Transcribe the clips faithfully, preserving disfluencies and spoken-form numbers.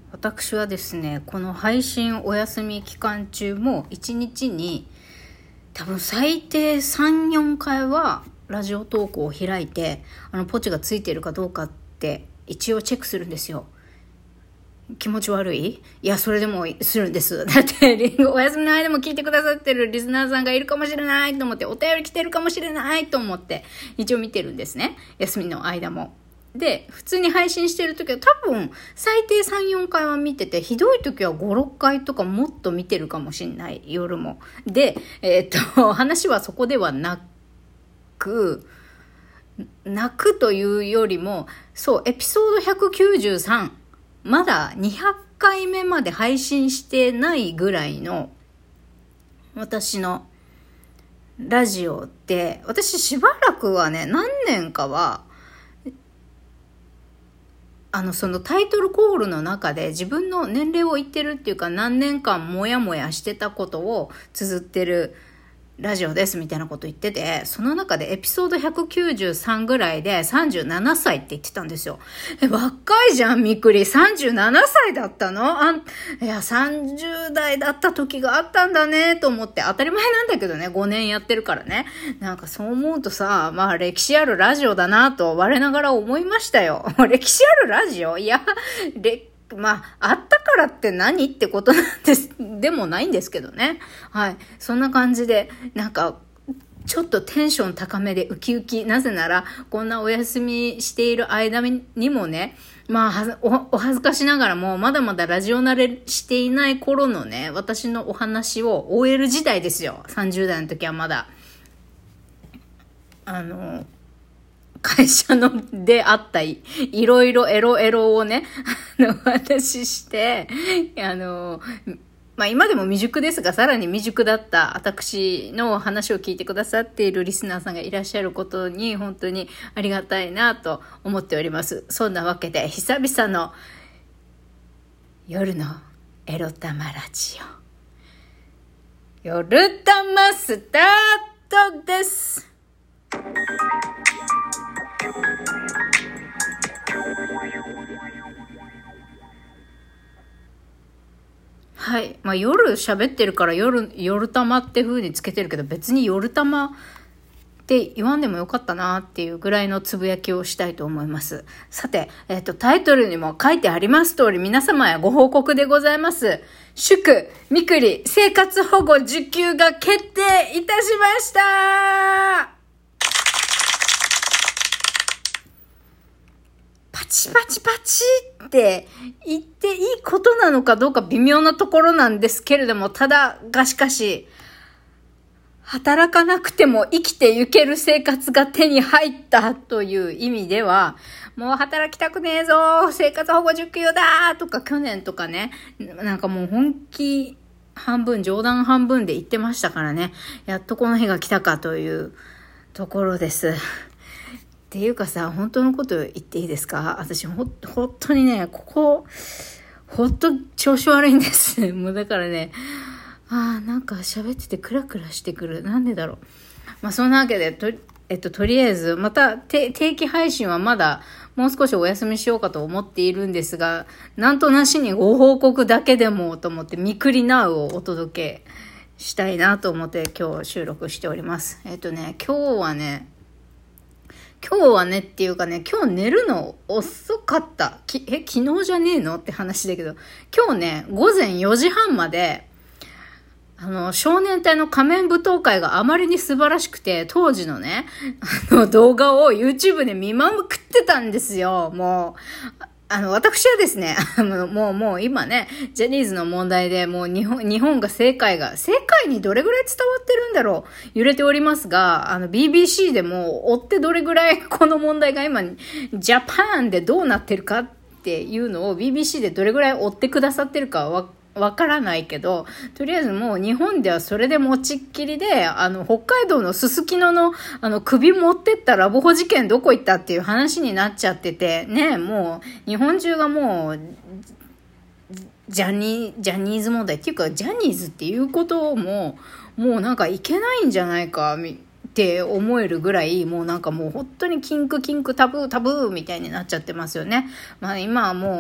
私はですね、この配信お休み期間中もいちにちに多分最低さん、よんかいはラジオトークを開いて、あのポチがついてるかどうかって一応チェックするんですよ。気持ち悪い？いや、それでもするんです。だってお休みの間も聞いてくださってるリスナーさんがいるかもしれないと思って、お便り来てるかもしれないと思って一応見てるんですね、休みの間も。で、普通に配信してるときは多分最低さん、よんかいは見てて、ひどいときはご、ろっかいとかもっと見てるかもしれない、夜も。で、えー、っと話はそこではなく泣くというよりも、そうエピソードひゃくきゅうじゅうさん、まだにひゃっかいめまで配信してないぐらいの私のラジオって、私しばらくはね、何年かはあのそのタイトルコールの中で自分の年齢を言ってるっていうか、何年間もやもやしてたことを綴ってるラジオですみたいなこと言ってて、その中でエピソードひゃくきゅうじゅうさんぐらいでさんじゅうななさいって言ってたんですよ。え、若いじゃん、みくり。さんじゅうななさいだったの？あん、いや、さんじゅうだいだった時があったんだね、と思って。当たり前なんだけどね、ごねんやってるからね。なんかそう思うとさ、まあ歴史あるラジオだなと我ながら思いましたよ。歴史あるラジオ？いや、れまあ、あったからって何ってことなんです。でもないんですけどね。はい。そんな感じで、なんか、ちょっとテンション高めでウキウキ。なぜなら、こんなお休みしている間にもね、まあ、お、お恥ずかしながらも、まだまだラジオ慣れしていない頃のね、私のお話を オーエル 時代ですよ。さんじゅうだいの時はまだ。あの、会社のであったい、いろいろエロエロをね、あの、私して、あの、まあ今でも未熟ですが、さらに未熟だった私の話を聞いてくださっているリスナーさんがいらっしゃることに、本当にありがたいなと思っております。そんなわけで、久々の夜のエロ玉ラジオ。夜玉スタートです。はい。まあ夜喋ってるから夜、夜玉って風につけてるけど、別に夜玉って言わんでもよかったなっていうぐらいのつぶやきをしたいと思います。さて、えっと、タイトルにも書いてあります通り、皆様へご報告でございます。祝、みくり、生活保護受給が決定いたしました。パチパチパチって言っていいことなのかどうか微妙なところなんですけれども、ただがしかし、働かなくても生きていける生活が手に入ったという意味では、もう働きたくねえぞ、生活保護受給だとか去年とかね、なんかもう本気半分、冗談半分で言ってましたからね、やっとこの日が来たかというところです。っていうかさ、本当のこと言っていいですか？私ほ、ほんとにね、ここ、ほんと調子悪いんです。もうだからね、ああ、なんか喋っててクラクラしてくる。なんでだろう。まあそんなわけで、と、えっと、とりあえず、また定期配信はまだもう少しお休みしようかと思っているんですが、なんとなしにご報告だけでもと思って、みくりなうをお届けしたいなと思って今日収録しております。えっとね、今日はね、今日はねっていうかね、今日寝るの遅かった。きえ、昨日じゃねえのって話だけど、今日ね、午前よじはんまで、あの、少年隊の仮面舞踏会があまりに素晴らしくて、当時のね、あの動画を YouTube で見まくってたんですよ、もう。あの、私はですね、もう、もう今ね、ジャニーズの問題で、もう日本、日本が世界が、世界にどれぐらい伝わってるんだろう、揺れておりますが、あの、ビービーシー でも、追ってどれぐらいこの問題が今、ジャパンでどうなってるかっていうのを ビービーシー でどれぐらい追ってくださってるかは、わからないけど、とりあえずもう日本ではそれで持ちっきりで、あの、北海道のすすきのの、あの、首持ってったラブホ事件どこ行ったっていう話になっちゃってて、ね、もう、日本中がもう、ジャニー、ジャニーズ問題っていうか、ジャニーズっていうことも、もうなんかいけないんじゃないか、って思えるぐらい、もうなんかもう本当にキンクキンクタブータブーみたいになっちゃってますよね。まあ今はもう、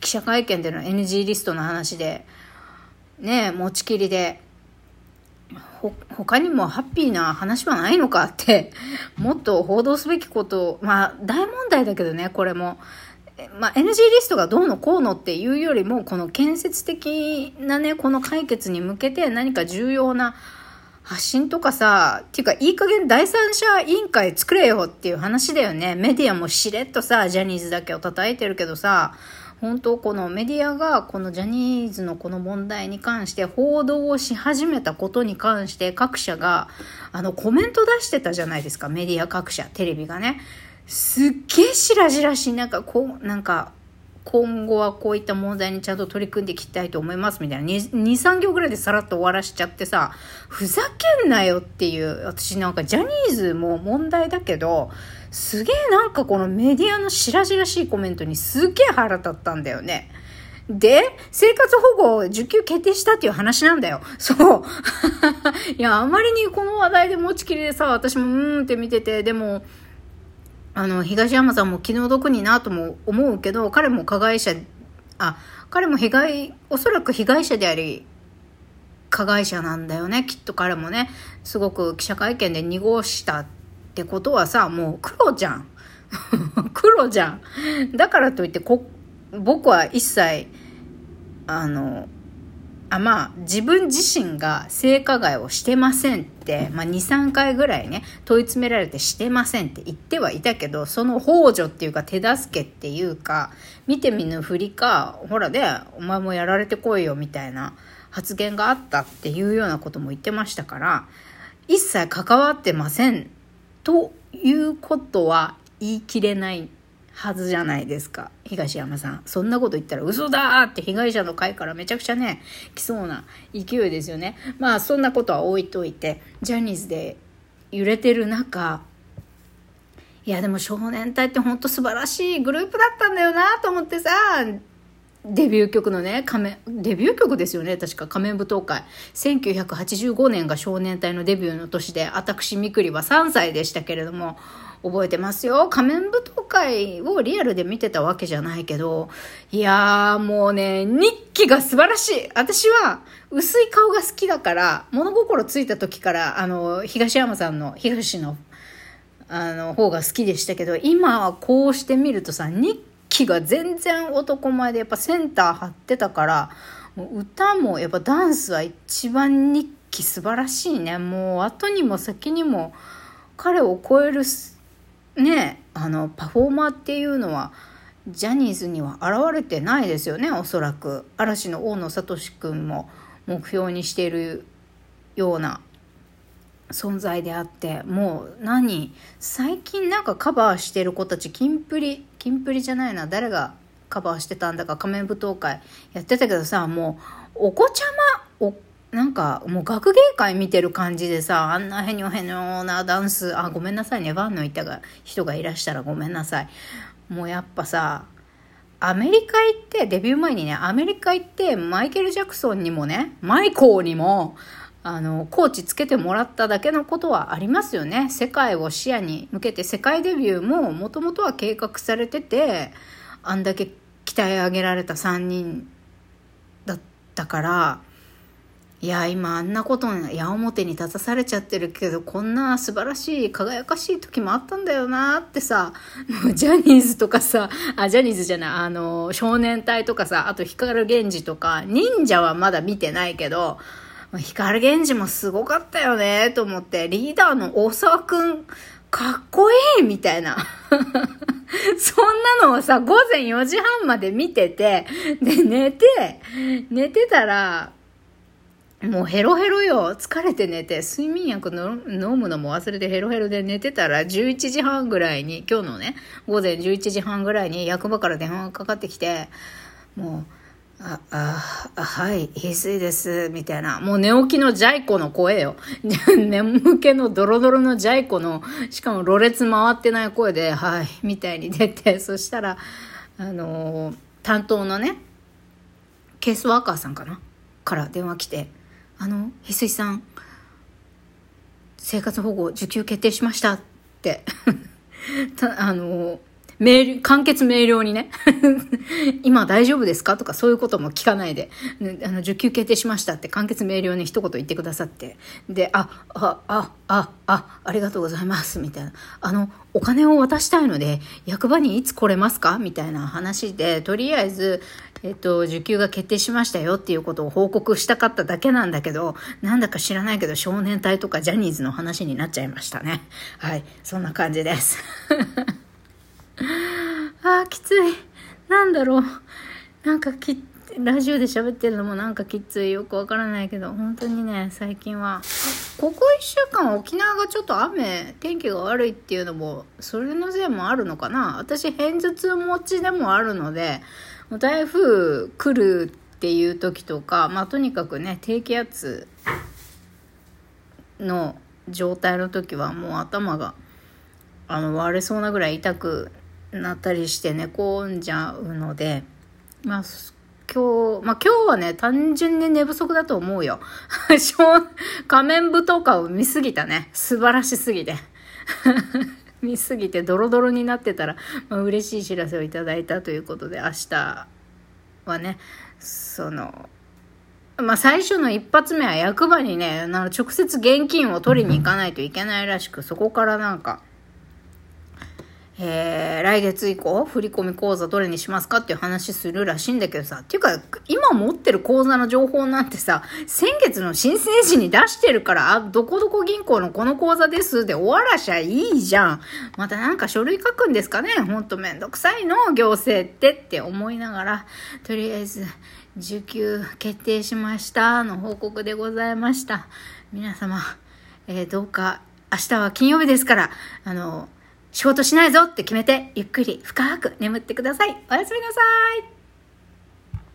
記者会見での エヌジー リストの話でね、持ちきりでほ他にもハッピーな話はないのかってもっと報道すべきこと、まあ大問題だけどね、これも、まあ、エヌジー リストがどうのこうのっていうよりも、この建設的なねこの解決に向けて何か重要な発信とかさ、っていうかいい加減第三者委員会作れよっていう話だよね。メディアもしれっとさジャニーズだけを叩いてるけどさ、本当このメディアがこのジャニーズのこの問題に関して報道をし始めたことに関して各社があのコメント出してたじゃないですか。メディア各社、テレビがね、すっげえしらじらしい、なんかこうなんか今後はこういった問題にちゃんと取り組んでいきたいと思いますみたいな にさん行ぐらいでさらっと終わらしちゃってさ、ふざけんなよっていう。私なんかジャニーズも問題だけど、すげえなんかこのメディアのしらじらしいコメントにすげえ腹立ったんだよね。で、生活保護受給決定したっていう話なんだよ。そういや、あまりにこの話題で持ちきりでさ、私もうーんって見てて、でもあの東山さんも気の毒になとも思うけど、彼も加害者、あ、彼も被害、おそらく被害者であり加害者なんだよね、きっと。彼もねすごく記者会見で濁したってことはさ、もう黒じゃん黒じゃん。だからといってこ僕は一切あのあまあ自分自身が性加害をしてませんって、まあ、にさんかいぐらいね問い詰められてしてませんって言ってはいたけど、その幇助っていうか手助けっていうか見て見ぬふりか、ほらでお前もやられてこいよみたいな発言があったっていうようなことも言ってましたから、一切関わってませんということは言い切れないはずじゃないですか。東山さんそんなこと言ったら嘘だーって被害者の会からめちゃくちゃね来そうな勢いですよね。まあそんなことは置いといて、ジャニーズで揺れてる中、いやでも少年隊って本当素晴らしいグループだったんだよなと思ってさ、デビュー曲のね仮面デビュー曲ですよね、確か仮面舞踏会。せんきゅうひゃくはちじゅうごねんが少年隊のデビューの年で、私みくりはさんさいでしたけれども覚えてますよ。仮面舞踏会をリアルで見てたわけじゃないけど、いやーもうね日記が素晴らしい。私は薄い顔が好きだから物心ついた時からあの東山さんの東のあの方が好きでしたけど、今はこうして見るとさ、日記が全然男前でやっぱセンター張ってたから、もう歌もやっぱダンスは一番日記素晴らしいね。もう後にも先にも彼を超えるねあのパフォーマーっていうのはジャニーズには現れてないですよね。おそらく嵐の大野聡君も目標にしているような存在であって、もう何最近なんかカバーしてる子たち、キンプリキンプリじゃないな、誰がカバーしてたんだか仮面舞踏会やってたけどさ、もうお子ちゃまおなんかもう学芸会見てる感じでさ、あんなへにょへにょなダンス、あごめんなさいね、ファンのいたが人がいらしたらごめんなさい。もうやっぱさアメリカ行ってデビュー前にねアメリカ行ってマイケル・ジャクソンにもねマイコーにもあのコーチつけてもらっただけのことはありますよね。世界を視野に向けて世界デビューももともとは計画されてて、あんだけ鍛え上げられたさんにんだったから、いや今あんなことに矢面に立たされちゃってるけど、こんな素晴らしい輝かしい時もあったんだよなってさ、もうジャニーズとかさあジャニーズじゃないあの少年隊とかさ、あと光源氏とか、忍者はまだ見てないけど光源氏もすごかったよねと思って、リーダーの大沢くんかっこいいみたいなそんなのをさごぜんよじはんまで見てて、で寝て寝てたらもうヘロヘロよ、疲れて寝て睡眠薬の飲むのも忘れてヘロヘロで寝てたら、じゅういちじはんぐらいに、今日のねごぜんじゅういちじはんぐらいに役場から電話がかかってきて、もうあ、あ、あはい、翡翠です、みたいな。もう寝起きのジャイ子の声よ。眠気のドロドロのジャイ子の、しかもろれつ回ってない声で、はい、みたいに出て、そしたら、あのー、担当のね、ケースワーカーさんかなから電話来て、あの、翡翠さん、生活保護受給決定しましたって。あのー、 明瞭、簡潔明瞭にね。今大丈夫ですかとかそういうことも聞かないで、あの、受給決定しましたって簡潔明瞭に一言言ってくださって。で、あ、あ、あ、あ、あ、ありがとうございます。みたいな。あの、お金を渡したいので、役場にいつ来れますかみたいな話で、とりあえず、えっと、受給が決定しましたよっていうことを報告したかっただけなんだけど、なんだか知らないけど少年隊とかジャニーズの話になっちゃいましたね。はい、そんな感じです。あー、きつい。なんだろう。なんかき、ラジオで喋ってるのもなんかきつい。よくわからないけど、本当にね、最近は。ここいっしゅうかん沖縄がちょっと雨、天気が悪いっていうのも、それのせいもあるのかな。私、偏頭痛持ちでもあるので、台風来るっていう時とか、まあとにかくね、低気圧の状態の時はもう頭があの割れそうなぐらい痛くなったりして寝込んじゃうので、まあ今日、まあ今日はね、単純に寝不足だと思うよ。仮面舞踏会を見すぎたね。素晴らしすぎて。見すぎてドロドロになってたら、まあ、嬉しい知らせをいただいたということで、明日はね、その、まあ最初の一発目は役場にね、直接現金を取りに行かないといけないらしく、そこからなんか、えー、来月以降振込口座どれにしますかっていう話するらしいんだけどさ、っていうか今持ってる口座の情報なんてさ、先月の申請時に出してるから、あ、どこどこ銀行のこの口座ですで終わらしゃいいじゃん。またなんか書類書くんですかね。ほんとめんどくさいの行政ってって思いながら、とりあえず受給決定しましたの報告でございました。皆様、えー、どうか明日は金曜日ですから、あの仕事しないぞって決めてゆっくり深く眠ってください。おやすみなさい。